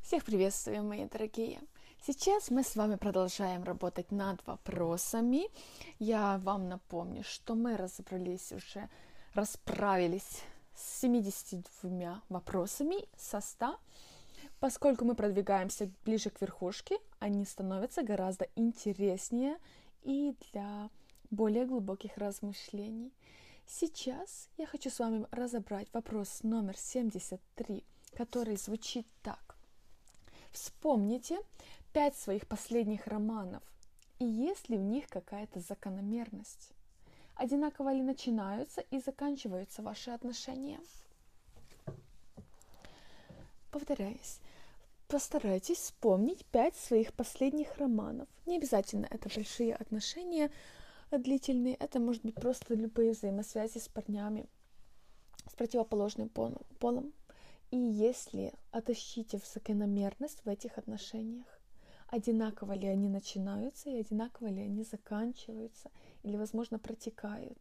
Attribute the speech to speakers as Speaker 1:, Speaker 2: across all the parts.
Speaker 1: Всех приветствую, мои дорогие! Сейчас мы с вами продолжаем работать над вопросами. Я вам напомню, что мы расправились с 72 вопросами со 100. Поскольку мы продвигаемся ближе к верхушке, они становятся гораздо интереснее и для более глубоких размышлений. Сейчас я хочу с вами разобрать вопрос номер 73, который звучит так. Вспомните 5 своих последних романов, и есть ли в них какая-то закономерность? Одинаково ли начинаются и заканчиваются ваши отношения? Повторяюсь, постарайтесь вспомнить 5 своих последних романов. Не обязательно это большие отношения длительные, это может быть просто любые взаимосвязи с парнями, с противоположным полом. И если отыщите закономерность в этих отношениях, одинаково ли они начинаются и одинаково ли они заканчиваются или, возможно, протекают.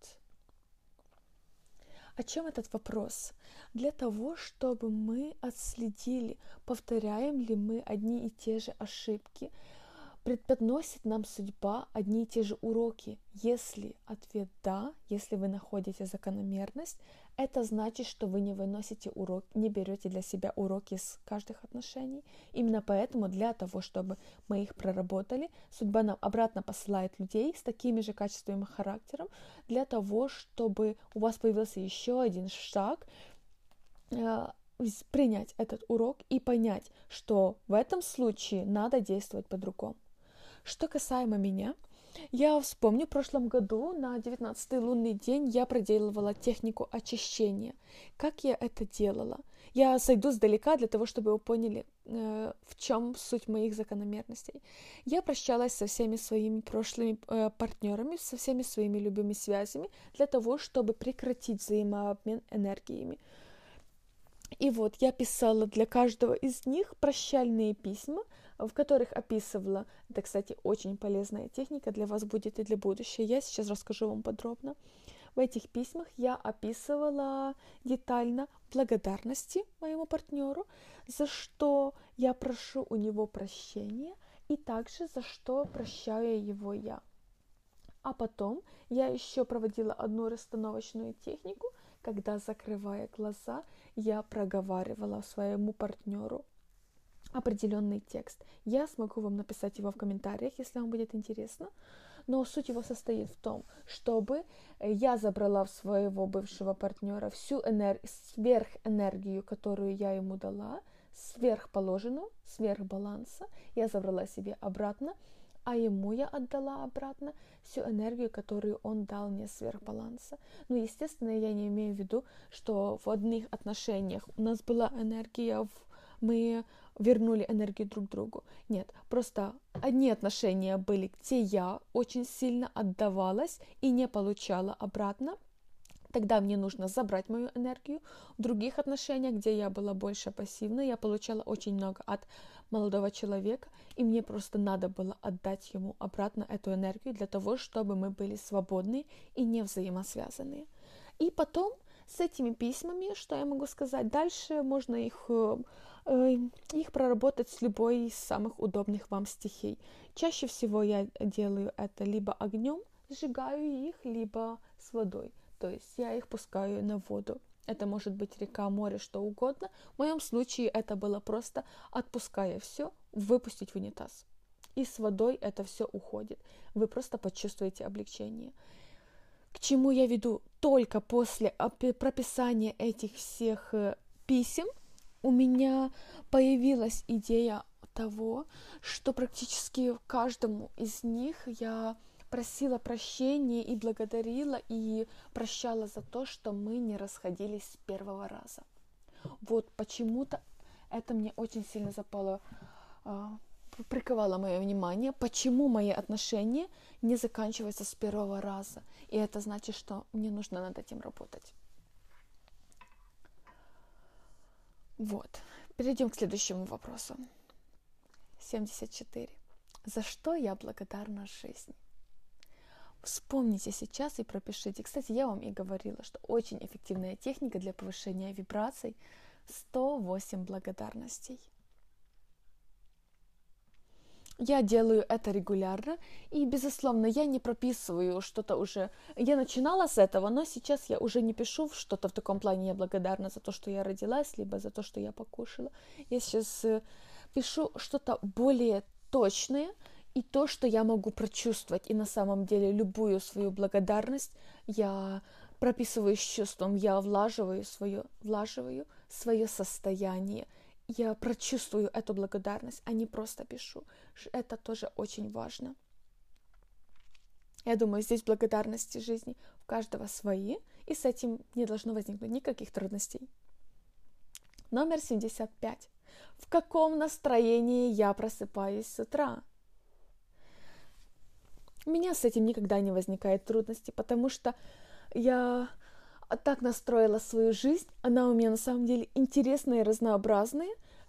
Speaker 1: О чем этот вопрос? Для того, чтобы мы отследили, повторяем ли мы одни и те же ошибки, преподносит нам судьба одни и те же уроки. Если ответ «да», если вы находите закономерность, это значит, что вы не выносите урок, не берете для себя уроки из каждых отношений. Именно поэтому для того, чтобы мы их проработали, судьба нам обратно посылает людей с такими же качествами и характером, для того, чтобы у вас появился еще один шаг принять этот урок и понять, что в этом случае надо действовать по-другому. Что касаемо меня, я вспомню, в прошлом году на 19-й лунный день я проделывала технику очищения. Как я это делала? Я сойду сдалека для того, чтобы вы поняли, в чем суть моих закономерностей. Я прощалась со всеми своими прошлыми партнерами, со всеми своими любыми связями, для того, чтобы прекратить взаимообмен энергиями. И вот я писала для каждого из них прощальные письма, в которых описывала, это, кстати, очень полезная техника для вас будет и для будущего, я сейчас расскажу вам подробно. В этих письмах я описывала детально благодарности моему партнеру, за что я прошу у него прощения, и также за что прощаю его я. А потом я еще проводила одну расстановочную технику, когда, закрывая глаза, я проговаривала своему партнеру определенный текст. Я смогу вам написать его в комментариях, если вам будет интересно. Но суть его состоит в том, чтобы я забрала в своего бывшего партнера всю сверхэнергию, которую я ему дала, сверхположенную, сверхбаланса, я забрала себе обратно, а ему я отдала обратно всю энергию, которую он дал мне сверхбаланса. Ну, естественно, я не имею в виду, что в одних отношениях у нас была энергия, мы вернули энергию друг другу. Нет, просто одни отношения были, где я очень сильно отдавалась и не получала обратно. Тогда мне нужно забрать мою энергию. В других отношениях, где я была больше пассивной, я получала очень много от молодого человека, и мне просто надо было отдать ему обратно эту энергию для того, чтобы мы были свободны и не взаимосвязанные. И потом с этими письмами, что я могу сказать, дальше можно их проработать с любой из самых удобных вам стихий. Чаще всего я делаю это либо огнем, сжигаю их, либо с водой. То есть я их пускаю на воду. Это может быть река, море, что угодно. В моем случае это было просто отпуская все, выпустить в унитаз. И с водой это все уходит. Вы просто почувствуете облегчение. К чему я веду? Только после прописания этих всех писем у меня появилась идея того, что практически каждому из них я просила прощения и благодарила и прощала за то, что мы не расходились с первого раза. Вот почему-то это мне очень сильно приковало мое внимание, почему мои отношения не заканчиваются с первого раза. И это значит, что мне нужно над этим работать. Вот. Перейдем к следующему вопросу. 74. За что я благодарна жизни? Вспомните сейчас и пропишите. Кстати, я вам и говорила, что очень эффективная техника для повышения вибраций — 108 благодарностей. Я делаю это регулярно, и, безусловно, я не прописываю что-то уже. Я начинала с этого, но сейчас я уже не пишу что-то в таком плане, я благодарна за то, что я родилась, либо за то, что я покушала. Я сейчас пишу что-то более точное, и то, что я могу прочувствовать. И на самом деле любую свою благодарность я прописываю с чувством, я влаживаю свое состояние. Я прочувствую эту благодарность, а не просто пишу. Это тоже очень важно. Я думаю, здесь благодарности жизни у каждого свои, и с этим не должно возникнуть никаких трудностей. Номер 75. В каком настроении я просыпаюсь с утра? У меня с этим никогда не возникает трудностей, потому что я так настроила свою жизнь, она у меня на самом деле интересная и разнообразная,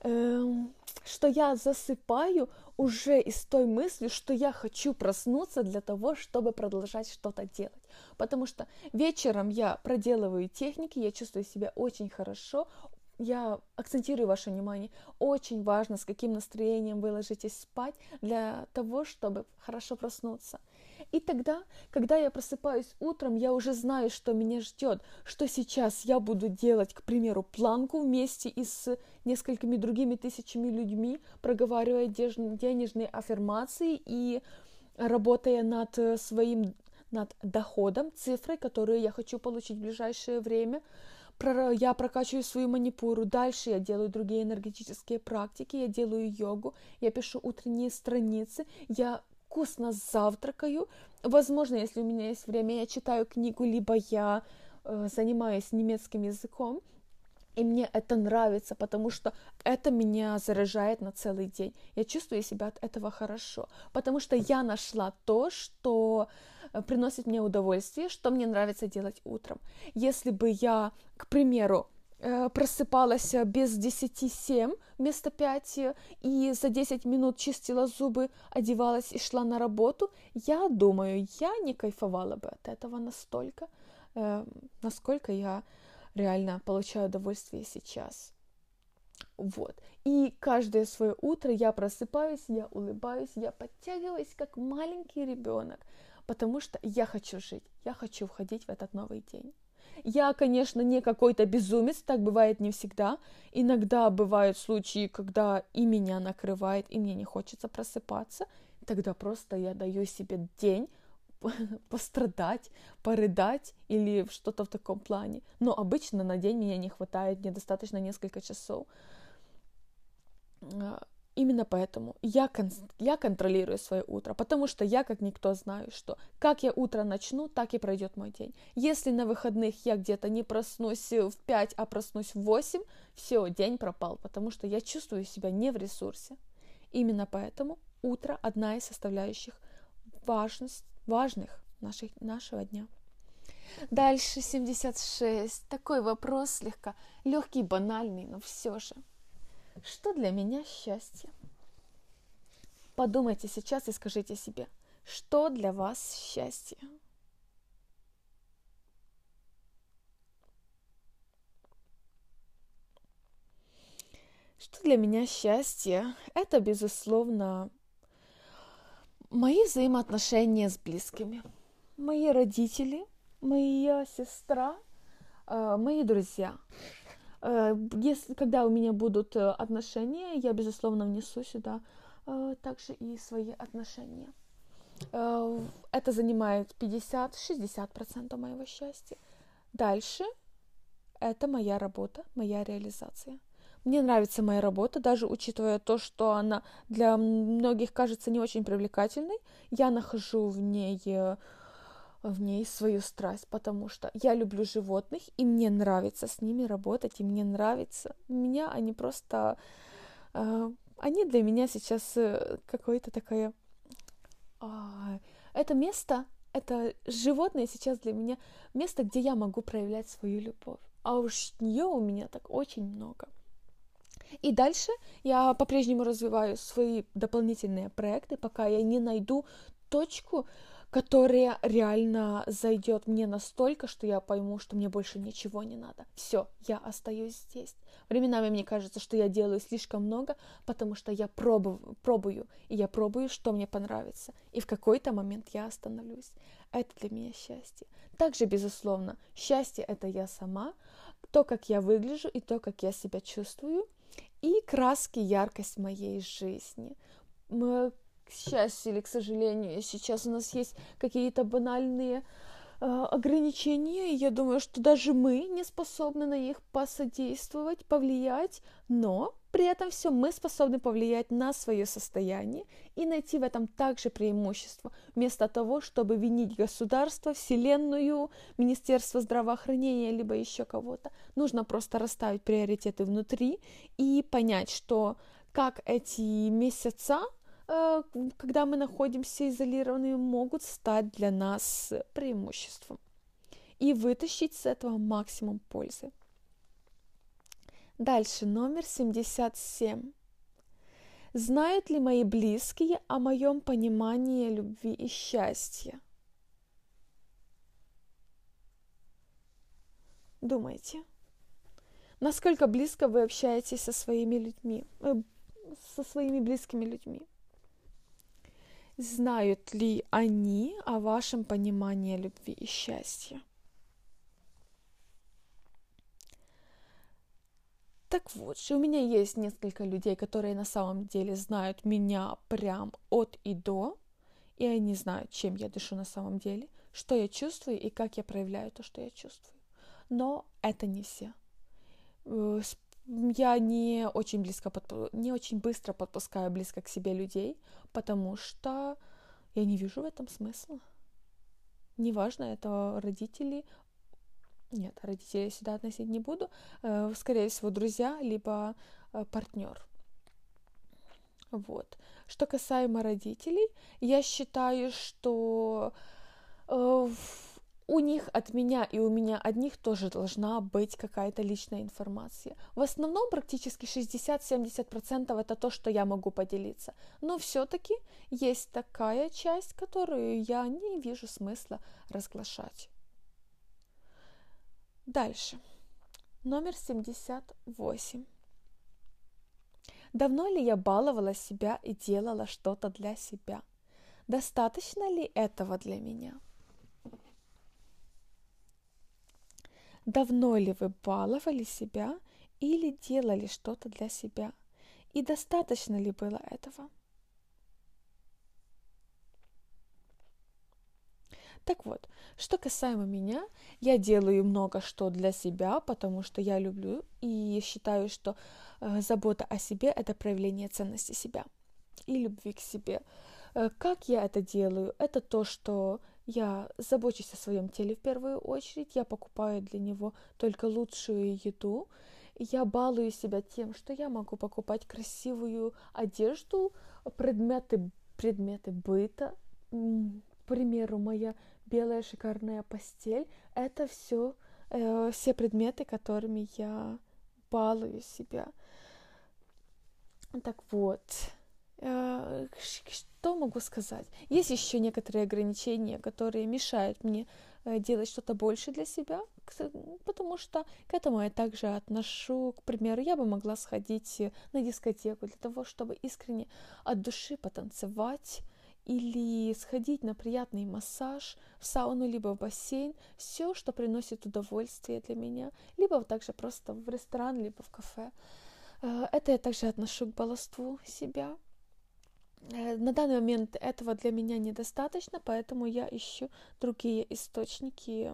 Speaker 1: что я засыпаю уже из той мысли, что я хочу проснуться для того, чтобы продолжать что-то делать. Потому что вечером я проделываю техники, я чувствую себя очень хорошо. Я акцентирую ваше внимание, очень важно, с каким настроением вы ложитесь спать для того, чтобы хорошо проснуться. И тогда, когда я просыпаюсь утром, я уже знаю, что меня ждет, что сейчас я буду делать, к примеру, планку вместе и с несколькими другими тысячами людьми, проговаривая денежные аффирмации и работая над доходом, цифрой, которую я хочу получить в ближайшее время. Я прокачиваю свою манипуру, дальше я делаю другие энергетические практики, я делаю йогу, я пишу утренние страницы, я вкусно завтракаю, возможно, если у меня есть время, я читаю книгу, либо я занимаюсь немецким языком, и мне это нравится, потому что это меня заряжает на целый день. Я чувствую себя от этого хорошо, потому что я нашла то, что приносит мне удовольствие, что мне нравится делать утром. Если бы я, к примеру, просыпалась без 10:07 вместо 5 и за 10 минут чистила зубы, одевалась и шла на работу, я думаю, я не кайфовала бы от этого настолько, насколько я реально получаю удовольствие сейчас. Вот. И каждое свое утро я просыпаюсь, я улыбаюсь, я подтягиваюсь, как маленький ребенок, потому что я хочу жить, я хочу входить в этот новый день. Я, конечно, не какой-то безумец, так бывает не всегда. Иногда бывают случаи, когда и меня накрывает, и мне не хочется просыпаться. Тогда просто я даю себе день пострадать, порыдать или что-то в таком плане. Но обычно на день меня не хватает, мне достаточно несколько часов. Именно поэтому я контролирую свое утро, потому что я, как никто, знаю, что как я утро начну, так и пройдет мой день. Если на выходных я где-то не проснусь в 5, а проснусь в 8, все, день пропал, потому что я чувствую себя не в ресурсе. Именно поэтому утро – одна из составляющих важных нашего дня. Дальше 76. Такой вопрос слегка легкий, банальный, но все же. Что для меня счастье? Подумайте сейчас и скажите себе, что для вас счастье? Что для меня счастье? Это, безусловно, мои взаимоотношения с близкими. Мои родители, моя сестра, мои друзья. Когда у меня будут отношения, я, безусловно, внесу сюда также и свои отношения. Это занимает 50-60% моего счастья. Дальше это моя работа, моя реализация. Мне нравится моя работа, даже учитывая то, что она для многих кажется не очень привлекательной. Я нахожу в ней свою страсть, потому что я люблю животных, и мне нравится с ними работать, и мне нравится. Меня они просто... Они для меня сейчас какое-то такое... Это место, это животные сейчас для меня место, где я могу проявлять свою любовь. А уж нее у меня так очень много. И дальше я по-прежнему развиваю свои дополнительные проекты, пока я не найду точку, которая реально зайдет мне настолько, что я пойму, что мне больше ничего не надо. Все, я остаюсь здесь. Временами мне кажется, что я делаю слишком много, потому что я пробую, и я пробую, что мне понравится. И в какой-то момент я остановлюсь. Это для меня счастье. Также, безусловно, счастье — это я сама, то, как я выгляжу, и то, как я себя чувствую, и краски, яркость моей жизни. К счастью или к сожалению, сейчас у нас есть какие-то банальные ограничения, и я думаю, что даже мы не способны на них посодействовать, повлиять, но при этом все мы способны повлиять на свое состояние и найти в этом также преимущество, вместо того, чтобы винить государство, вселенную, Министерство здравоохранения, либо еще кого-то. Нужно просто расставить приоритеты внутри и понять, что как эти месяца, когда мы находимся изолированными, могут стать для нас преимуществом и вытащить с этого максимум пользы. Дальше, номер 77. Знают ли мои близкие о моем понимании любви и счастья? Думайте, насколько близко вы общаетесь со своими людьми, со своими близкими людьми? Знают ли они о вашем понимании любви и счастья? Так вот же, у меня есть несколько людей, которые на самом деле знают меня прям от и до, и они знают, чем я дышу на самом деле, что я чувствую и как я проявляю то, что я чувствую. Но это не все. Я не очень быстро подпускаю близко к себе людей, потому что я не вижу в этом смысла. Неважно, это родители. Нет, родителей я сюда относить не буду. Скорее всего, друзья, либо партнер. Вот. Что касаемо родителей, я считаю, что у них от меня и у меня одних тоже должна быть какая-то личная информация. В основном практически 60-70% это то, что я могу поделиться. Но все-таки есть такая часть, которую я не вижу смысла разглашать. Дальше. Номер 78. Давно ли я баловала себя и делала что-то для себя? Достаточно ли этого для меня? Давно ли вы баловали себя или делали что-то для себя? И достаточно ли было этого? Так вот, что касаемо меня, я делаю много что для себя, потому что я люблю и считаю, что забота о себе — это проявление ценности себя и любви к себе. Как я это делаю? Это то, что я забочусь о своем теле в первую очередь, я покупаю для него только лучшую еду, я балую себя тем, что я могу покупать красивую одежду, предметы быта. К примеру, моя белая шикарная постель — это все предметы, которыми я балую себя. Так вот, что могу сказать? Есть еще некоторые ограничения, которые мешают мне делать что-то больше для себя, потому что к этому я также отношу, к примеру, я бы могла сходить на дискотеку для того, чтобы искренне от души потанцевать, или сходить на приятный массаж, в сауну, либо в бассейн, все, что приносит удовольствие для меня, либо также просто в ресторан, либо в кафе. Это я также отношу к баловству себя. На данный момент этого для меня недостаточно, поэтому я ищу другие источники,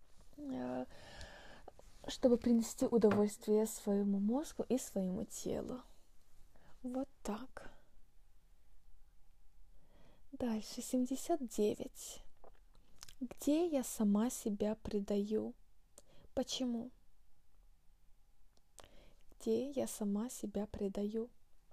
Speaker 1: чтобы принести удовольствие своему мозгу и своему телу. Вот так. Дальше, 79. Где я сама себя предаю? Почему? Где я сама себя предаю?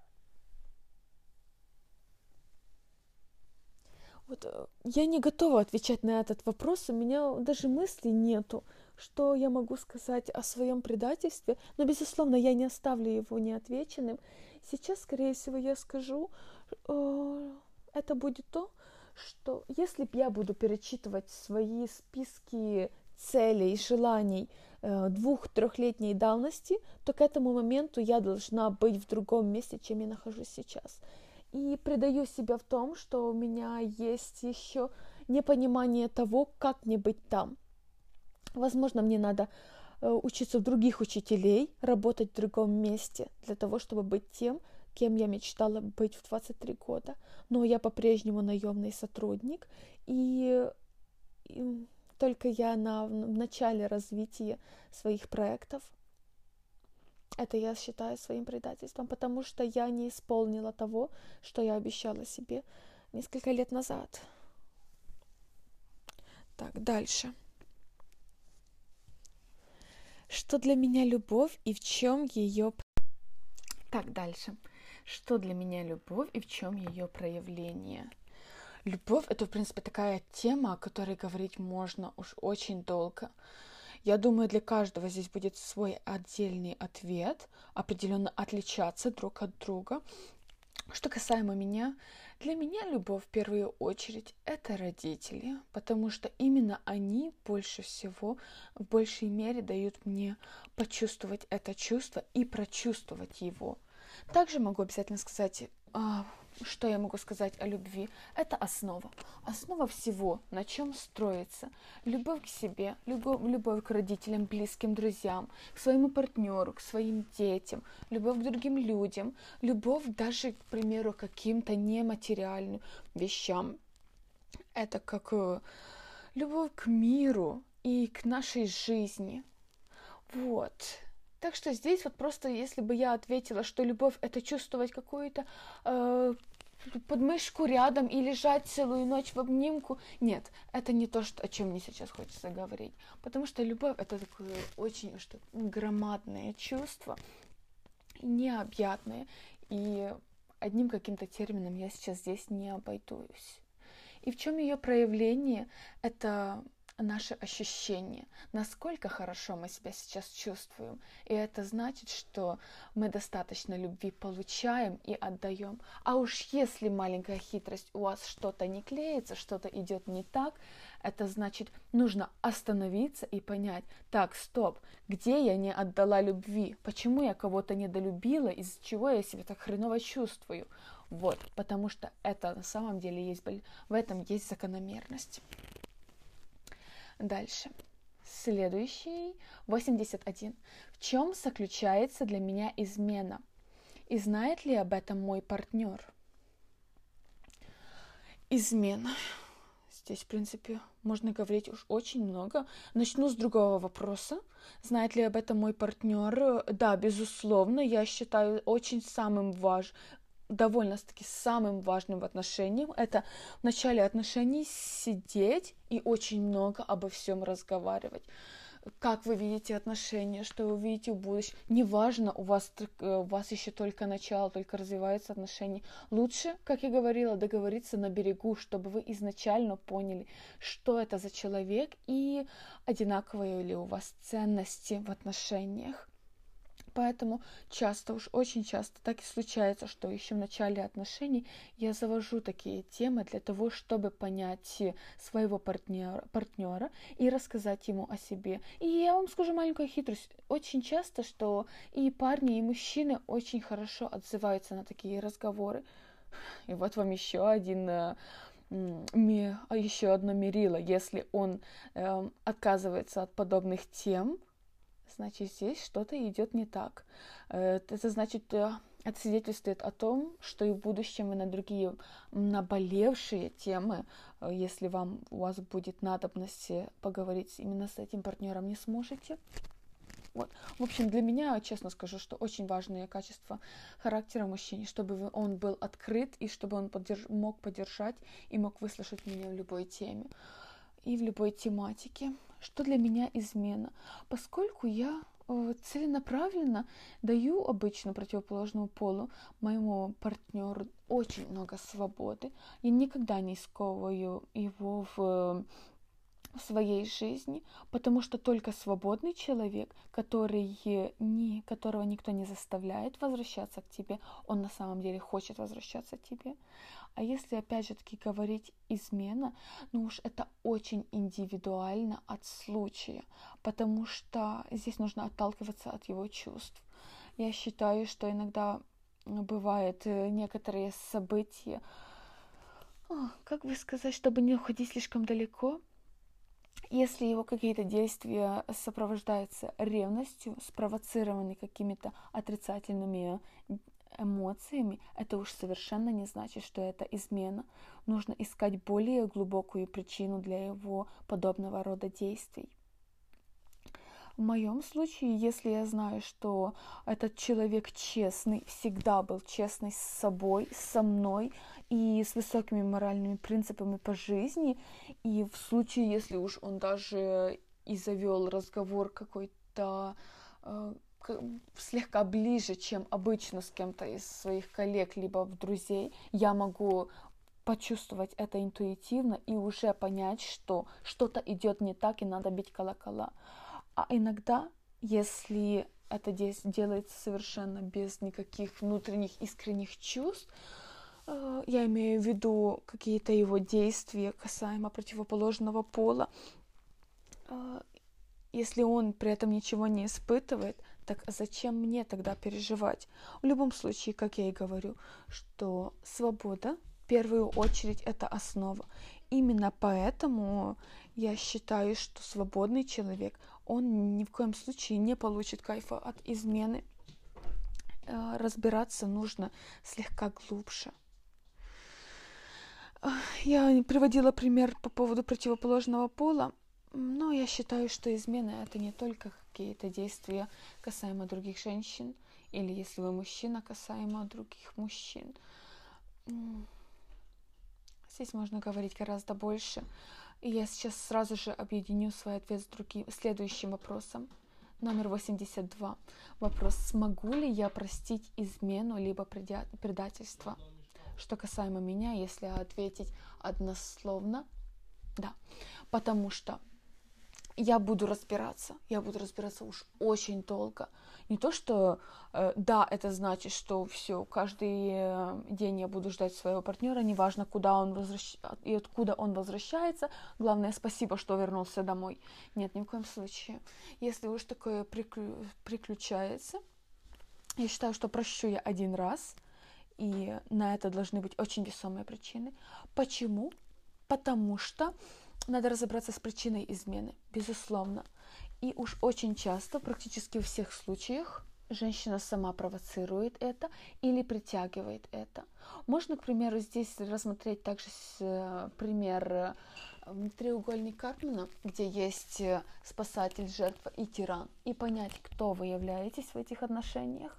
Speaker 1: Вот я не готова отвечать на этот вопрос, у меня даже мыслей нету, что я могу сказать о своем предательстве, но, безусловно, я не оставлю его неотвеченным. Сейчас, скорее всего, я скажу, это будет то, что если бы я буду перечитывать свои списки целей и желаний 2-3-летней давности, то к этому моменту я должна быть в другом месте, чем я нахожусь сейчас. И предаю себя в том, что у меня есть еще непонимание того, как мне быть там. Возможно, мне надо учиться у других учителей, работать в другом месте для того, чтобы быть тем, кем я мечтала быть в 23 года. Но я по-прежнему наемный сотрудник, и только я в начале развития своих проектов. Это я считаю своим предательством, потому что я не исполнила того, что я обещала себе несколько лет назад. Так, дальше. Что для меня любовь и в чем ее... Так, дальше. Что для меня любовь и в чем ее проявление? Любовь — это, в принципе, такая тема, о которой говорить можно уж очень долго. Я думаю, для каждого здесь будет свой отдельный ответ, определенно отличаться друг от друга. Что касаемо меня, для меня любовь в первую очередь это родители, потому что именно они больше всего, в большей мере дают мне почувствовать это чувство и прочувствовать его. Также могу обязательно сказать, что я могу сказать о любви. Это основа. Основа всего, на чем строится. Любовь к себе, любовь к родителям, близким, друзьям, к своему партнеру, к своим детям, любовь к другим людям, любовь даже, к примеру, к каким-то нематериальным вещам. Это как любовь к миру и к нашей жизни. Вот. Так что здесь вот просто, если бы я ответила, что любовь — это чувствовать какую-то подмышку рядом и лежать целую ночь в обнимку, нет, это не то, о чем мне сейчас хочется говорить. Потому что любовь — это такое очень громадное чувство, необъятное, и одним каким-то термином я сейчас здесь не обойдусь. И в чем ее проявление? Это наши ощущения, насколько хорошо мы себя сейчас чувствуем. И это значит, что мы достаточно любви получаем и отдаем. А уж если маленькая хитрость, у вас что-то не клеится, что-то идет не так, это значит, нужно остановиться и понять: так, стоп, где я не отдала любви? Почему я кого-то недолюбила? Из-за чего я себя так хреново чувствую? Вот, потому что это на самом деле есть, в этом есть закономерность. Дальше. Следующий, 81. В чем заключается для меня измена? И знает ли об этом мой партнер? Измена. Здесь, в принципе, можно говорить уж очень много. Начну с другого вопроса. Знает ли об этом мой партнер? Да, безусловно, я считаю очень довольно-таки самым важным в отношениях — это в начале отношений сидеть и очень много обо всем разговаривать. Как вы видите отношения, что вы видите в будущем. Неважно, у вас еще только начало, только развиваются отношения. Лучше, как я говорила, договориться на берегу, чтобы вы изначально поняли, что это за человек и одинаковые ли у вас ценности в отношениях. Поэтому очень часто так и случается, что еще в начале отношений я завожу такие темы для того, чтобы понять своего партнера и рассказать ему о себе. И я вам скажу маленькую хитрость. Очень часто, что и парни, и мужчины очень хорошо отзываются на такие разговоры. И вот вам еще одно мерило. Если он отказывается от подобных тем, значит, здесь что-то идет не так. Это значит, это свидетельствует о том, что и в будущем вы на другие наболевшие темы, если у вас будет надобность поговорить именно с этим партнером, не сможете. Вот. В общем, для меня, честно скажу, что очень важное качество характера мужчины, чтобы он был открыт и чтобы он мог поддержать и мог выслушать меня в любой теме и в любой тематике. Что для меня измена? Поскольку я целенаправленно даю обычно противоположному полу, моему партнеру, очень много свободы, я никогда не сковываю его в в своей жизни, потому что только свободный человек, которого никто не заставляет возвращаться к тебе, он на самом деле хочет возвращаться к тебе. А если опять же таки говорить измена, ну уж это очень индивидуально от случая, потому что здесь нужно отталкиваться от его чувств. Я считаю, что иногда бывают некоторые события, как бы сказать, чтобы не уходить слишком далеко, если его какие-то действия сопровождаются ревностью, спровоцированы какими-то отрицательными эмоциями, это уж совершенно не значит, что это измена. Нужно искать более глубокую причину для его подобного рода действий. В моем случае, если я знаю, что этот человек честный, всегда был честный с собой, со мной и с высокими моральными принципами по жизни, и в случае, если уж он даже и завел разговор какой-то слегка ближе, чем обычно с кем-то из своих коллег либо друзей, я могу почувствовать это интуитивно и уже понять, что что-то идет не так и надо бить колокола. А иногда, если это делается совершенно без никаких внутренних искренних чувств, я имею в виду какие-то его действия касаемо противоположного пола, если он при этом ничего не испытывает, так зачем мне тогда переживать? В любом случае, как я и говорю, что свобода, в первую очередь, это основа. Именно поэтому я считаю, что свободный человек, он ни в коем случае не получит кайфа от измены. Разбираться нужно слегка глубже. Я приводила пример по поводу противоположного пола, но я считаю, что измена это не только какие-то действия касаемо других женщин, или если вы мужчина, касаемо других мужчин. Здесь можно говорить гораздо больше. И я сейчас сразу же объединю свой ответ с следующим вопросом. Номер 82. Вопрос: смогу ли я простить измену либо предательство? Что касаемо меня, если ответить однословно, да. Потому что я буду разбираться уж очень долго. Не то, что да, это значит, что все, каждый день я буду ждать своего партнера, неважно, куда он и откуда он возвращается. Главное, спасибо, что вернулся домой. Нет, ни в коем случае. Если уж такое приключается, я считаю, что прощу я один раз, и на это должны быть очень весомые причины. Почему? Потому что надо разобраться с причиной измены, безусловно. И уж очень часто, практически в всех случаях, женщина сама провоцирует это или притягивает это. Можно, к примеру, здесь рассмотреть также пример треугольник Карпмана, где есть спасатель, жертва и тиран, и понять, кто вы являетесь в этих отношениях.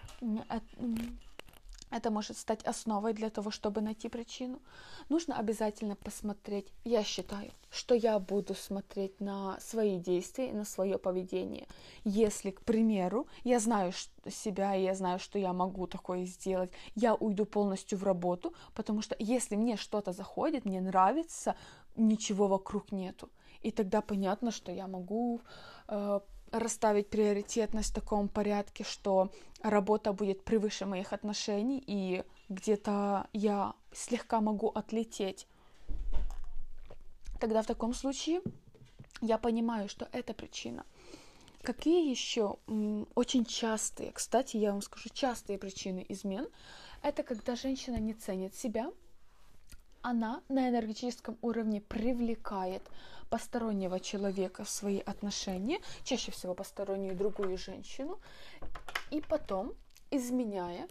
Speaker 1: Это может стать основой для того, чтобы найти причину. Нужно обязательно посмотреть. Я считаю, что я буду смотреть на свои действия и на свое поведение. Если, к примеру, я знаю себя, и я знаю, что я могу такое сделать, я уйду полностью в работу, потому что если мне что-то заходит, мне нравится, ничего вокруг нету. И тогда понятно, что я могу расставить приоритетность в таком порядке, что работа будет превыше моих отношений, и где-то я слегка могу отлететь. Тогда в таком случае я понимаю, что это причина. Какие еще очень частые, кстати, я вам скажу, частые причины измен, это когда женщина не ценит себя, она на энергетическом уровне привлекает постороннего человека в свои отношения, чаще всего постороннюю другую женщину, и потом, изменяя,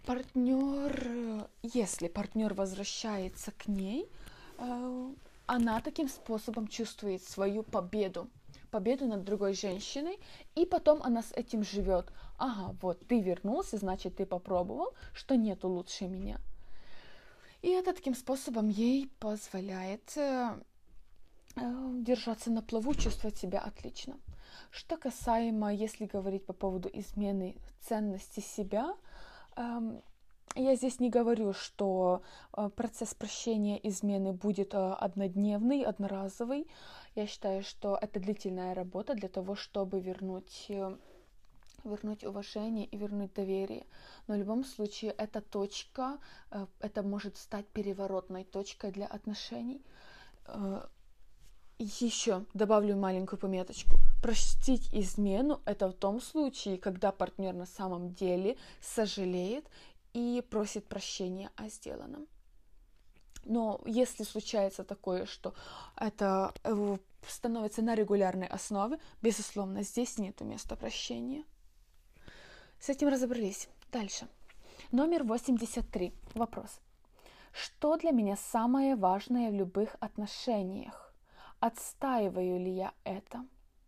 Speaker 1: если партнер возвращается к ней, она таким способом чувствует свою победу над другой женщиной, и потом она с этим живет. Ага, вот ты вернулся, значит ты попробовал, что нету лучше меня. И это таким способом ей позволяет держаться на плаву, чувствовать себя отлично. Что касаемо, если говорить по поводу измены ценности себя, Я здесь не говорю, что процесс прощения измены будет однодневный, одноразовый. Я считаю, что это длительная работа для того, чтобы вернуть уважение и вернуть доверие. Но в любом случае эта точка, это может стать переворотной точкой для отношений. Еще добавлю маленькую пометочку. Простить измену — это в том случае, когда партнер на самом деле сожалеет и просит прощения о сделанном. Но если случается такое, что это становится на регулярной основе, безусловно, здесь нет места прощения. С этим разобрались. Дальше. Номер 83. Вопрос. Что для меня самое важное в любых отношениях? Отстаиваю ли я это?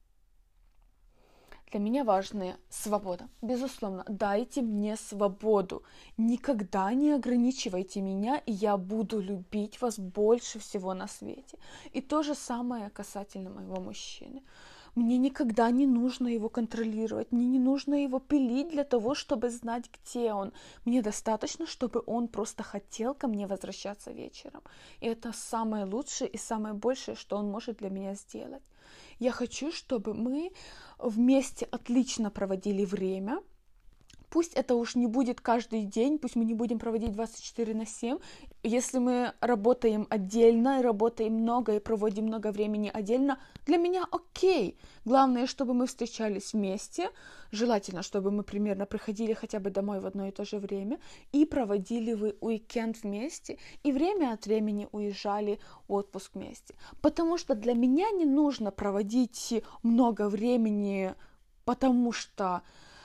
Speaker 1: Для меня важная свобода. Безусловно, дайте мне свободу. Никогда не ограничивайте меня, и я буду любить вас больше всего на свете. И то же самое касательно моего мужчины. Мне никогда не нужно его контролировать, мне не нужно его пилить для того, чтобы знать, где он. Мне достаточно, чтобы он просто хотел ко мне возвращаться вечером. И это самое лучшее и самое большее, что он может для меня сделать. Я хочу, чтобы мы вместе отлично проводили время. Пусть это уж не будет каждый день, пусть мы не будем проводить 24/7. Если мы работаем отдельно, и работаем много, и проводим много времени отдельно, для меня окей. Главное, чтобы мы встречались вместе. Желательно, чтобы мы примерно приходили хотя бы домой в одно и то же время и проводили уикенд вместе, и время от времени уезжали в отпуск вместе. Потому что для меня не нужно проводить много времени, потому что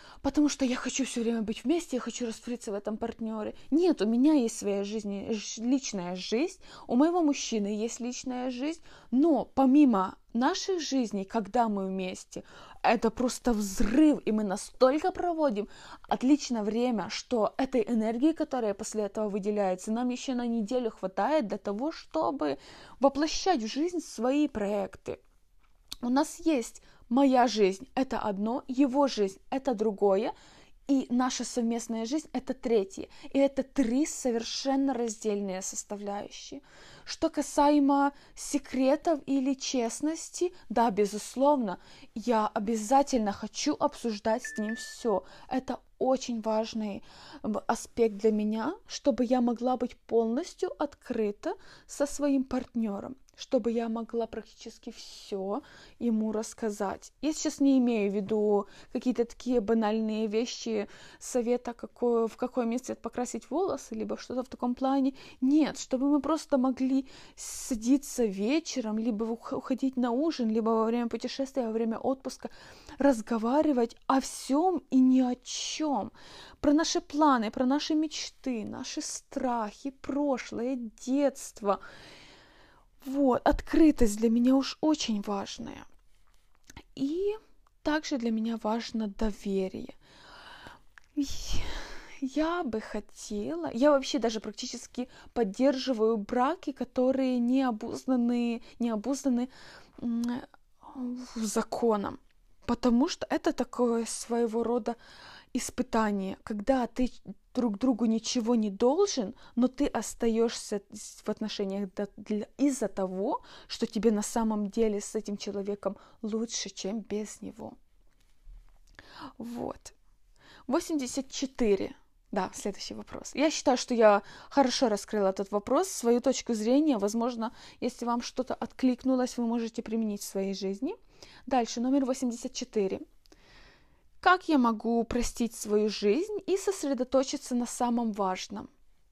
Speaker 1: я хочу все время быть вместе, я хочу раствориться в этом партнере. Нет, у меня есть своя жизнь, личная жизнь, у моего мужчины есть личная жизнь, но помимо наших жизней, когда мы вместе, это просто взрыв, и мы настолько проводим отличное время, что этой энергии, которая после этого выделяется, нам еще на неделю хватает для того, чтобы воплощать в жизнь свои проекты. У нас есть моя жизнь — это одно, его жизнь — это другое, и наша совместная жизнь — это третье. И это 3 совершенно раздельные составляющие. Что касаемо секретов или честности, да, безусловно, я обязательно хочу обсуждать с ним все. Это очень важный аспект для меня, чтобы я могла быть полностью открыта со своим партнером, чтобы я могла практически все ему рассказать. Я сейчас не имею в виду какие-то такие банальные вещи, совета, в какое место покрасить волосы, либо что-то в таком плане. Нет, чтобы мы просто могли садиться вечером, либо уходить на ужин, либо во время путешествия, во время отпуска, разговаривать о всем и ни о чем. Про наши планы, про наши мечты, наши страхи, прошлое, детство. Вот, открытость для меня уж очень важная. И также для меня важно доверие. Я бы хотела, я вообще даже практически поддерживаю браки, которые не обузданы законом, потому что это такое своего рода испытание, когда ты друг другу ничего не должен, но ты остаешься в отношениях из-за того, что тебе на самом деле с этим человеком лучше, чем без него. Вот. 84. Да, следующий вопрос. Я считаю, что я хорошо раскрыла этот вопрос, свою точку зрения. Возможно, если вам что-то откликнулось, вы можете применить в своей жизни. Дальше, номер 84. Как я могу упростить свою жизнь и сосредоточиться на самом важном?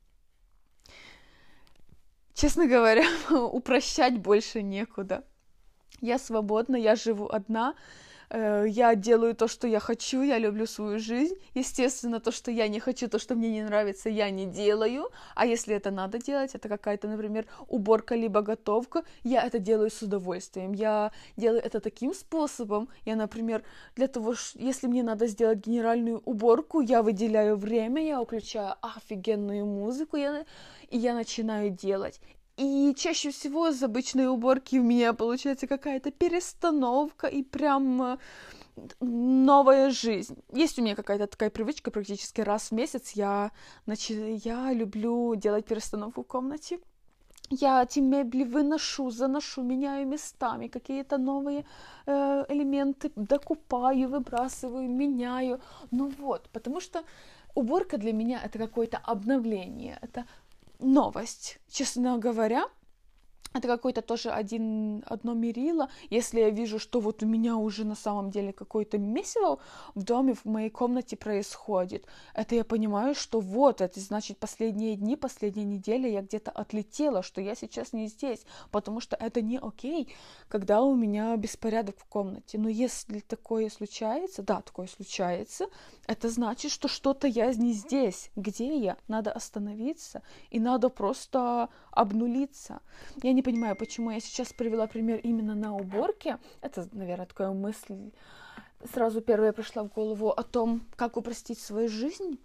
Speaker 1: Честно говоря, упрощать больше некуда. Я свободна, я живу одна, я делаю то, что я хочу, я люблю свою жизнь. Естественно, то, что я не хочу, то, что мне не нравится, я не делаю. А если это надо делать, это какая-то, например, уборка либо готовка, я это делаю с удовольствием. Я делаю это таким способом. Я, например, для того, если мне надо сделать генеральную уборку, я выделяю время, я включаю офигенную музыку, и я начинаю делать. И чаще всего с обычной уборки у меня получается какая-то перестановка, и прям новая жизнь. Есть у меня какая-то такая привычка, практически раз в месяц я люблю делать перестановку в комнате. Я эти мебели выношу, заношу, меняю местами, какие-то новые элементы докупаю, выбрасываю, меняю. Ну вот, потому что уборка для меня это какое-то обновление, это новость. Честно говоря, это какое-то тоже одно мерило. Если я вижу, что вот у меня уже на самом деле какое-то месиво в доме, в моей комнате происходит, это я понимаю, что вот, это значит последние дни, последняя неделя я где-то отлетела, что я сейчас не здесь, потому что это не окей, когда у меня беспорядок в комнате. Но если такое случается, да, такое случается, это значит, что что-то я не здесь. Где я? Надо остановиться и надо просто обнулиться. Я не понимаю, почему я сейчас привела пример именно на уборке. Это, наверное, такая мысль. Сразу первая пришла в голову о том, как упростить свою жизнь.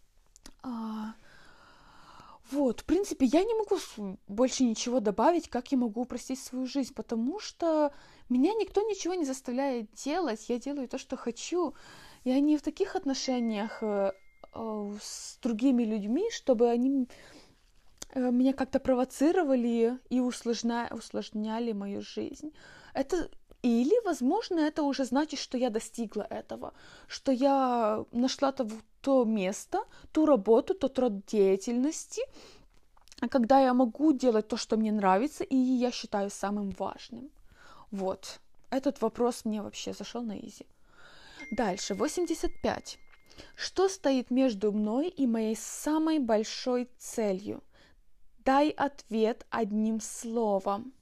Speaker 1: Вот, в принципе, я не могу больше ничего добавить, как я могу упростить свою жизнь, потому что меня никто ничего не заставляет делать. Я делаю то, что хочу. Я не в таких отношениях с другими людьми, чтобы они меня как-то провоцировали и усложняли мою жизнь. Или, возможно, это уже значит, что я достигла этого, что я нашла то место, ту работу, тот род деятельности, когда я могу делать то, что мне нравится, и я считаю самым важным. Вот. Этот вопрос мне вообще зашел на изи. Дальше, 85. Что стоит между мной и моей самой большой целью? Дай ответ одним словом.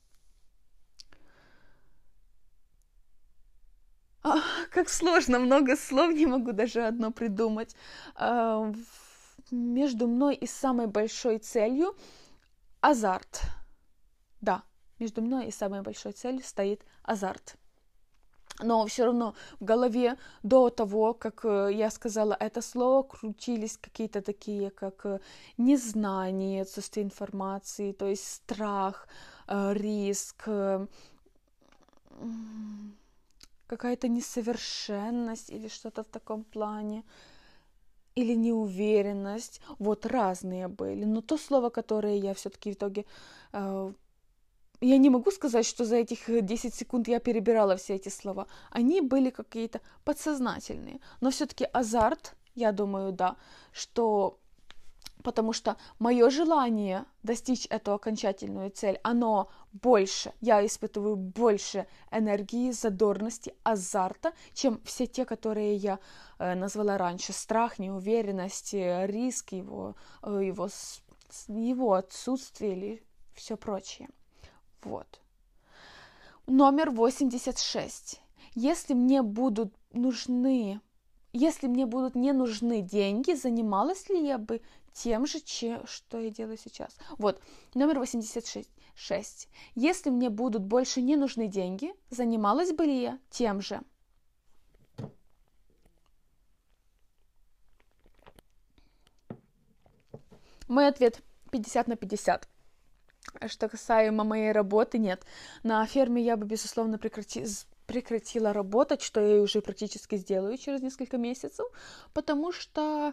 Speaker 1: Как сложно, много слов, не могу даже одно придумать. Между мной и самой большой целью азарт. Да, между мной и самой большой целью стоит азарт. Но все равно в голове до того, как я сказала это слово, крутились какие-то такие, как незнание, отсутствие информации, то есть страх, риск, какая-то несовершенность или что-то в таком плане, или неуверенность. Вот разные были. Но то слово, которое я все-таки в итоге... Я не могу сказать, что за этих 10 секунд я перебирала все эти слова. Они были какие-то подсознательные. Но все-таки азарт, я думаю, да, что... Потому что мое желание достичь эту окончательную цель, оно больше, я испытываю больше энергии, задорности, азарта, чем все те, которые я назвала раньше. Страх, неуверенность, риск, его отсутствие или все прочее. Вот. Номер 86. Если мне будут не нужны деньги, занималась ли я бы тем же, что я делаю сейчас? Вот, номер 86. Если мне будут больше не нужны деньги, занималась бы ли я тем же? Мой ответ 50/50. Что касаемо моей работы, нет. На ферме я бы, безусловно, прекратила работать, что я уже практически сделаю через несколько месяцев, потому что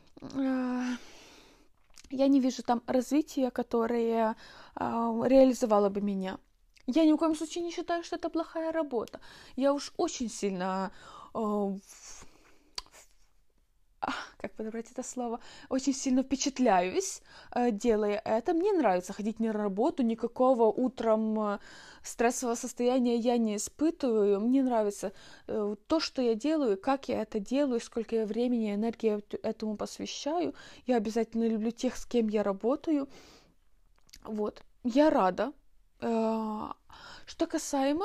Speaker 1: я не вижу там развития, которое реализовало бы меня. Я ни в коем случае не считаю, что это плохая работа. Я уж очень сильно... как подобрать это слово, очень сильно впечатляюсь, делая это. Мне нравится ходить на работу, никакого утром стрессового состояния я не испытываю. Мне нравится то, что я делаю, как я это делаю, сколько я времени и энергии этому посвящаю. Я обязательно люблю тех, с кем я работаю. Вот. Я рада. Что касаемо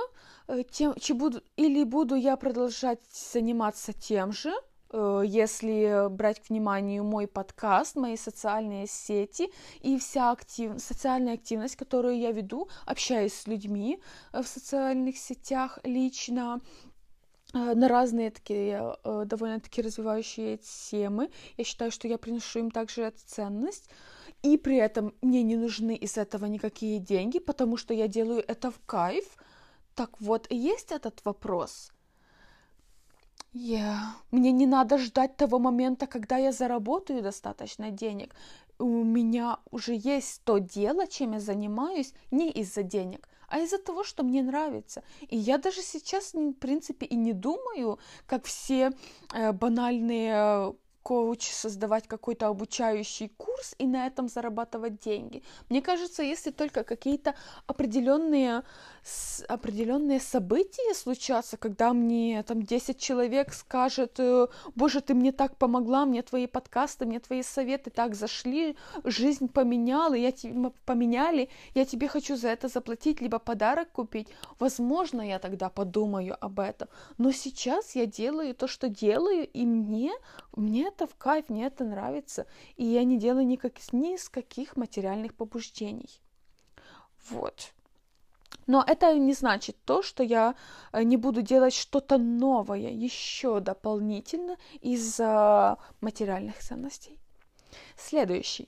Speaker 1: буду я продолжать заниматься тем же, если брать к вниманию мой подкаст, мои социальные сети и вся социальная активность, которую я веду, общаюсь с людьми в социальных сетях лично, на разные такие довольно-таки развивающие темы. Я считаю, что я приношу им также эту ценность. И при этом мне не нужны из этого никакие деньги, потому что я делаю это в кайф. Так вот, и есть этот вопрос. Мне не надо ждать того момента, когда я заработаю достаточно денег. У меня уже есть то дело, чем я занимаюсь, не из-за денег, а из-за того, что мне нравится. И я даже сейчас, в принципе, и не думаю, как все банальные коучи, создавать какой-то обучающий курс и на этом зарабатывать деньги. Мне кажется, если только какие-то определенные события случатся, когда мне там 10 человек скажет: боже, ты мне так помогла, мне твои подкасты, мне твои советы так зашли, жизнь поменяла, поменяли, я тебе хочу за это заплатить, либо подарок купить. Возможно, я тогда подумаю об этом. Но сейчас я делаю то, что делаю, и мне это в кайф, мне это нравится. И я не делаю ни из каких материальных побуждений. Вот. Но это не значит то, что я не буду делать что-то новое, еще дополнительно из-за материальных ценностей. Следующий.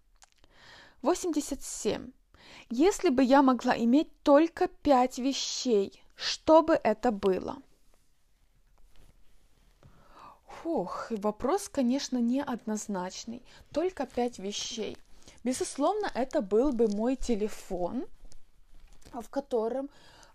Speaker 1: 87. Если бы я могла иметь только 5 вещей, что бы это было? Вопрос, конечно, неоднозначный. Только 5 вещей. Безусловно, это был бы мой телефон, в котором...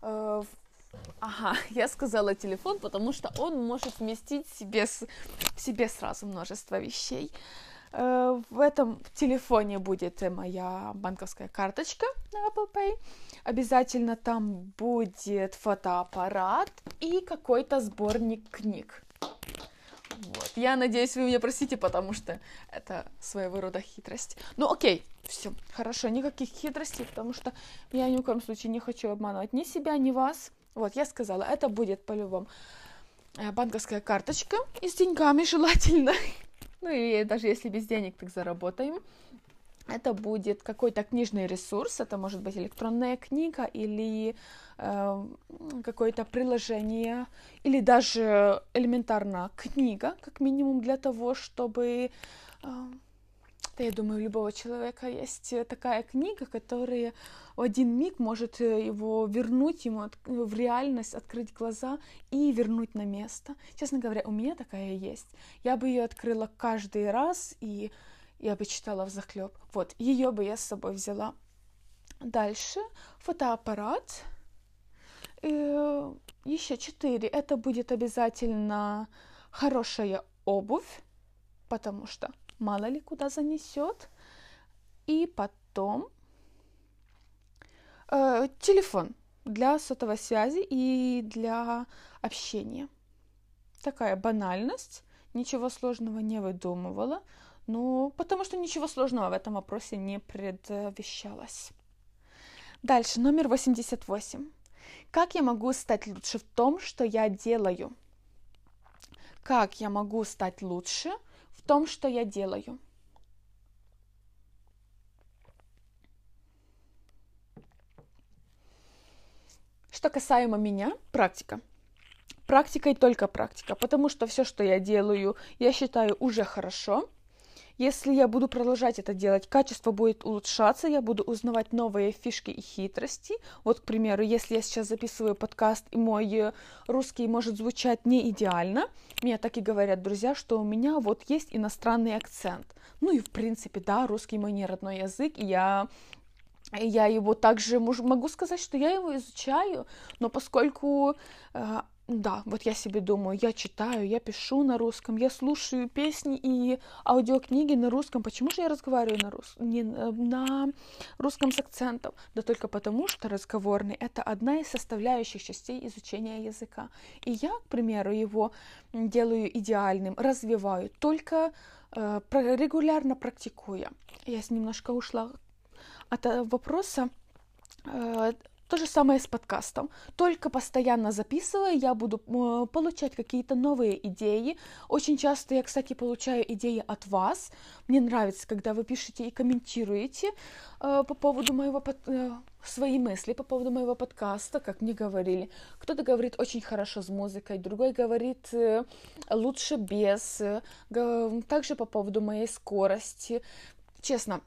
Speaker 1: я сказала телефон, потому что он может вместить в себе сразу множество вещей. В этом телефоне будет моя банковская карточка на Apple Pay. Обязательно там будет фотоаппарат и какой-то сборник книг. Вот. Я надеюсь, вы меня простите, потому что это своего рода хитрость. Ну окей, все, хорошо, никаких хитростей, потому что я ни в коем случае не хочу обманывать ни себя, ни вас. Вот, я сказала, это будет по-любому банковская карточка и с деньгами желательно. Ну и даже если без денег, так заработаем. Это будет какой-то книжный ресурс, это может быть электронная книга или какое-то приложение, или даже элементарно книга, как минимум для того, чтобы... я думаю, у любого человека есть такая книга, которая в один миг может его вернуть, ему в реальность, открыть глаза и вернуть на место. Честно говоря, у меня такая есть. Я бы ее открыла каждый раз, и я бы читала взахлеб. Вот, ее бы я с собой взяла. Дальше фотоаппарат. Еще 4. Это будет обязательно хорошая обувь, потому что мало ли куда занесет. И потом телефон для сотовой связи и для общения. Такая банальность. Ничего сложного не выдумывала. Ну, потому что ничего сложного в этом вопросе не предвещалось. Дальше, номер 88. Как я могу стать лучше в том, что я делаю? Как я могу стать лучше в том, что я делаю? Что касаемо меня, практика. Практика и только практика, потому что все, что я делаю, я считаю уже хорошо. Если я буду продолжать это делать, качество будет улучшаться, я буду узнавать новые фишки и хитрости. Вот, к примеру, если я сейчас записываю подкаст, и мой русский может звучать не идеально, мне так и говорят друзья, что у меня вот есть иностранный акцент. Ну и, в принципе, да, русский мой не родной язык, и я его также могу сказать, что я его изучаю, но поскольку... Да, вот я себе думаю, я читаю, я пишу на русском, я слушаю песни и аудиокниги на русском. Почему же я разговариваю на русском с акцентом? Да только потому, что разговорный — это одна из составляющих частей изучения языка. И я, к примеру, его делаю идеальным, развиваю, только регулярно практикуя. Я немножко ушла от вопроса. То же самое с подкастом. Только постоянно записывая, я буду получать какие-то новые идеи. Очень часто я, кстати, получаю идеи от вас. Мне нравится, когда вы пишете и комментируете по поводу свои мысли по поводу моего подкаста, как мне говорили. Кто-то говорит очень хорошо с музыкой, другой говорит лучше без. Также по поводу моей скорости. Честно,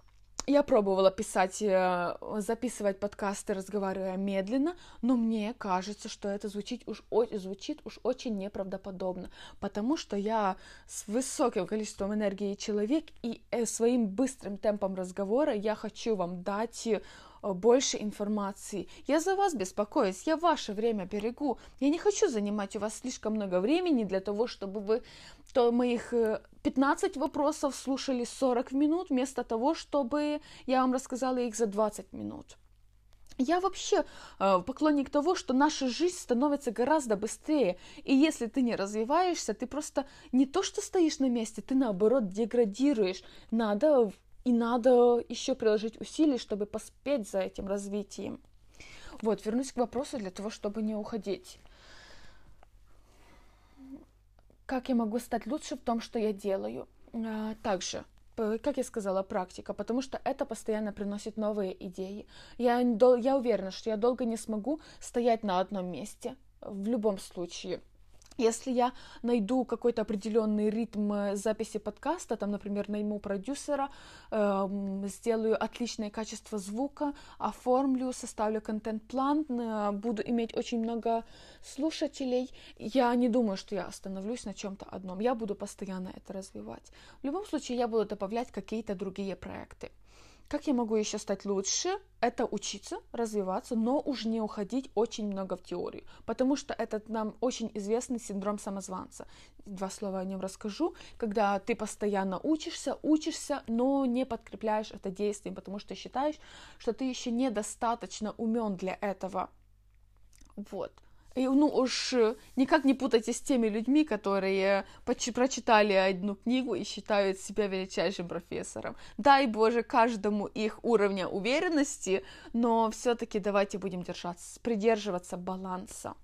Speaker 1: Я пробовала писать, записывать подкасты, разговаривая медленно, но мне кажется, что это звучит уж очень неправдоподобно, потому что я с высоким количеством энергии человек, и своим быстрым темпом разговора я хочу вам дать больше информации. Я за вас беспокоюсь, я ваше время берегу. Я не хочу занимать у вас слишком много времени для того, чтобы вы моих 15 вопросов слушали 40 минут, вместо того, чтобы я вам рассказала их за 20 минут. Я вообще поклонник того, что наша жизнь становится гораздо быстрее. И если ты не развиваешься, ты просто не то что стоишь на месте, ты наоборот деградируешь. Надо еще приложить усилий, чтобы поспеть за этим развитием. Вот, вернусь к вопросу для того, чтобы не уходить. Как я могу стать лучше в том, что я делаю? Также, как я сказала, практика, потому что это постоянно приносит новые идеи. Я уверена, что я долго не смогу стоять на одном месте, в любом случае. Если я найду какой-то определенный ритм записи подкаста, там, например, найму продюсера, сделаю отличное качество звука, оформлю, составлю контент-план, буду иметь очень много слушателей, я не думаю, что я остановлюсь на чем-то одном. Я буду постоянно это развивать. В любом случае, я буду добавлять какие-то другие проекты. Как я могу еще стать лучше? Это учиться, развиваться, но уж не уходить очень много в теорию, потому что это нам очень известный синдром самозванца. 2 слова о нем расскажу. Когда ты постоянно учишься, но не подкрепляешь это действием, потому что считаешь, что ты еще недостаточно умен для этого. Вот. И, уж никак не путайтесь с теми людьми, которые прочитали одну книгу и считают себя величайшим профессором. Дай Боже каждому их уровня уверенности, но все-таки давайте будем придерживаться баланса.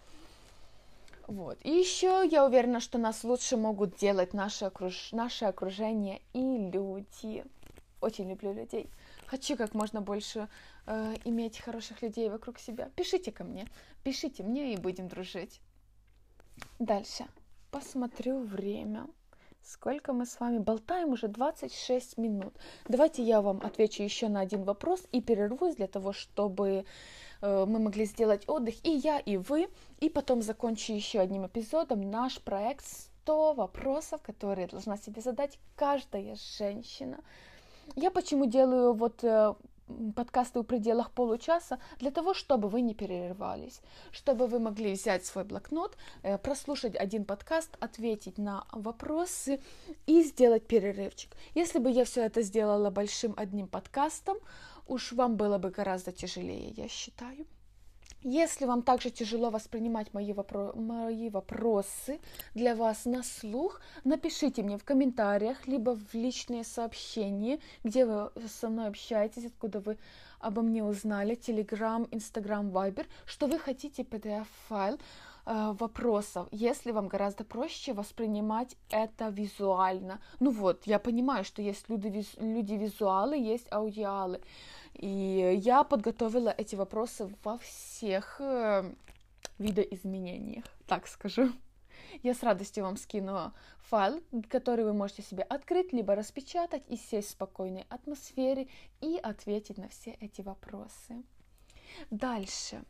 Speaker 1: Вот. И еще я уверена, что нас лучше могут делать наше окружение и люди. Очень люблю людей. Хочу как можно больше иметь хороших людей вокруг себя. Пишите ко мне, пишите мне и будем дружить. Дальше. Посмотрю время. Сколько мы с вами болтаем? Уже 26 минут. Давайте я вам отвечу еще на один вопрос и перервусь для того, чтобы мы могли сделать отдых, и я, и вы. И потом закончу еще одним эпизодом наш проект 100 вопросов, которые должна себе задать каждая женщина. Я почему делаю подкасты в пределах получаса? Для того, чтобы вы не перерывались, чтобы вы могли взять свой блокнот, прослушать один подкаст, ответить на вопросы и сделать перерывчик. Если бы я все это сделала большим одним подкастом, уж вам было бы гораздо тяжелее, я считаю. Если вам также тяжело воспринимать мои вопросы для вас на слух, напишите мне в комментариях, либо в личные сообщения, где вы со мной общаетесь, откуда вы обо мне узнали, Telegram, Instagram, Viber, что вы хотите PDF-файл вопросов, если вам гораздо проще воспринимать это визуально. Ну вот, я понимаю, что есть люди визуалы, есть аудиалы. И я подготовила эти вопросы во всех видоизменениях, так скажу. Я с радостью вам скину файл, который вы можете себе открыть, либо распечатать и сесть в спокойной атмосфере и ответить на все эти вопросы. Дальше.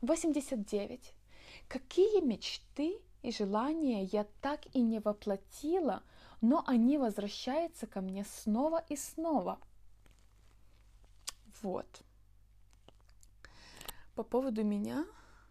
Speaker 1: 89. Какие мечты и желания я так и не воплотила, но они возвращаются ко мне снова и снова? Вот. По поводу меня.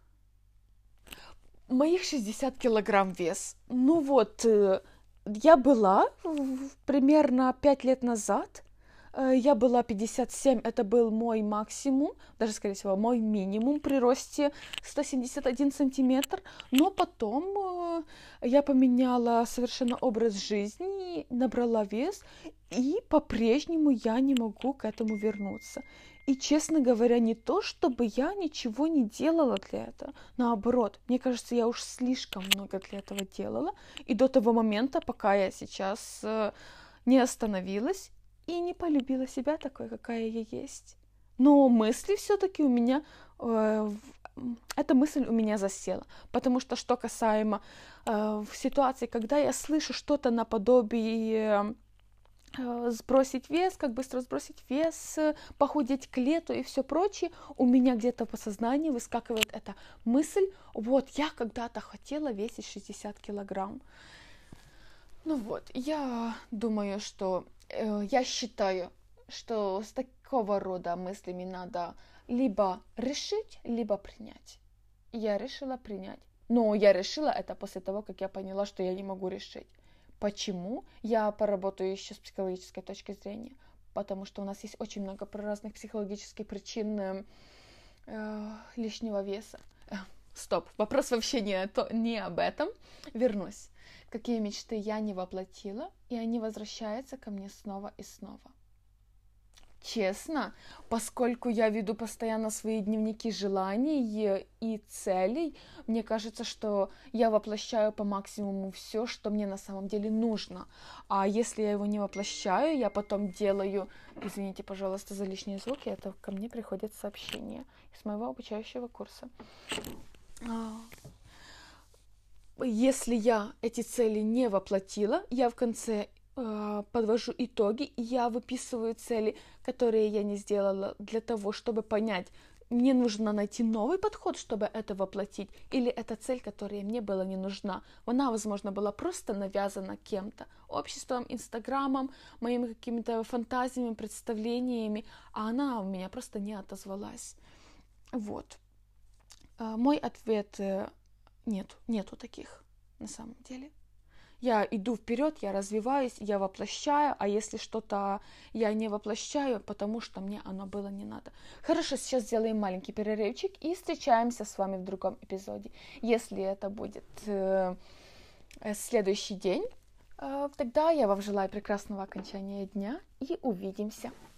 Speaker 1: Моих 60 килограмм вес. Ну вот, я была примерно 5 лет назад. Я была 57, это был мой максимум, даже, скорее всего, мой минимум при росте 171 сантиметр. Но потом я поменяла совершенно образ жизни, набрала вес, и по-прежнему я не могу к этому вернуться. И, честно говоря, не то, чтобы я ничего не делала для этого. Наоборот, мне кажется, я уж слишком много для этого делала. И до того момента, пока я сейчас не остановилась и не полюбила себя такой, какая я есть. Но мысли все-таки у меня, эта мысль у меня засела. Потому что касаемо в ситуации, когда я слышу что-то наподобие сбросить вес, как быстро сбросить вес, похудеть к лету и все прочее, у меня где-то по сознанию выскакивает эта мысль: вот, я когда-то хотела весить 60 килограмм. Ну вот, я думаю, что я считаю, что с такого рода мыслями надо либо решить, либо принять. Я решила принять. Но я решила это после того, как я поняла, что я не могу решить. Почему? Я поработаю еще с психологической точки зрения. Потому что у нас есть очень много разных психологических причин лишнего веса. Стоп, вопрос вообще не об этом. Вернусь. Какие мечты я не воплотила, и они возвращаются ко мне снова и снова. Честно, поскольку я веду постоянно свои дневники желаний и целей, мне кажется, что я воплощаю по максимуму все, что мне на самом деле нужно. А если я его не воплощаю, я потом делаю... Извините, пожалуйста, за лишние звуки, это ко мне приходят сообщения из моего обучающего курса. Если я эти цели не воплотила, я в конце подвожу итоги, и я выписываю цели, которые я не сделала, для того, чтобы понять, мне нужно найти новый подход, чтобы это воплотить, или эта цель, которая мне была не нужна. Она, возможно, была просто навязана кем-то, обществом, инстаграмом, моими какими-то фантазиями, представлениями, а она у меня просто не отозвалась. Вот. Мой ответ нету таких на самом деле. Я иду вперед, я развиваюсь, я воплощаю, а если что-то я не воплощаю, потому что мне оно было не надо. Хорошо, сейчас сделаем маленький перерывчик и встречаемся с вами в другом эпизоде. Если это будет следующий день, тогда я вам желаю прекрасного окончания дня и увидимся.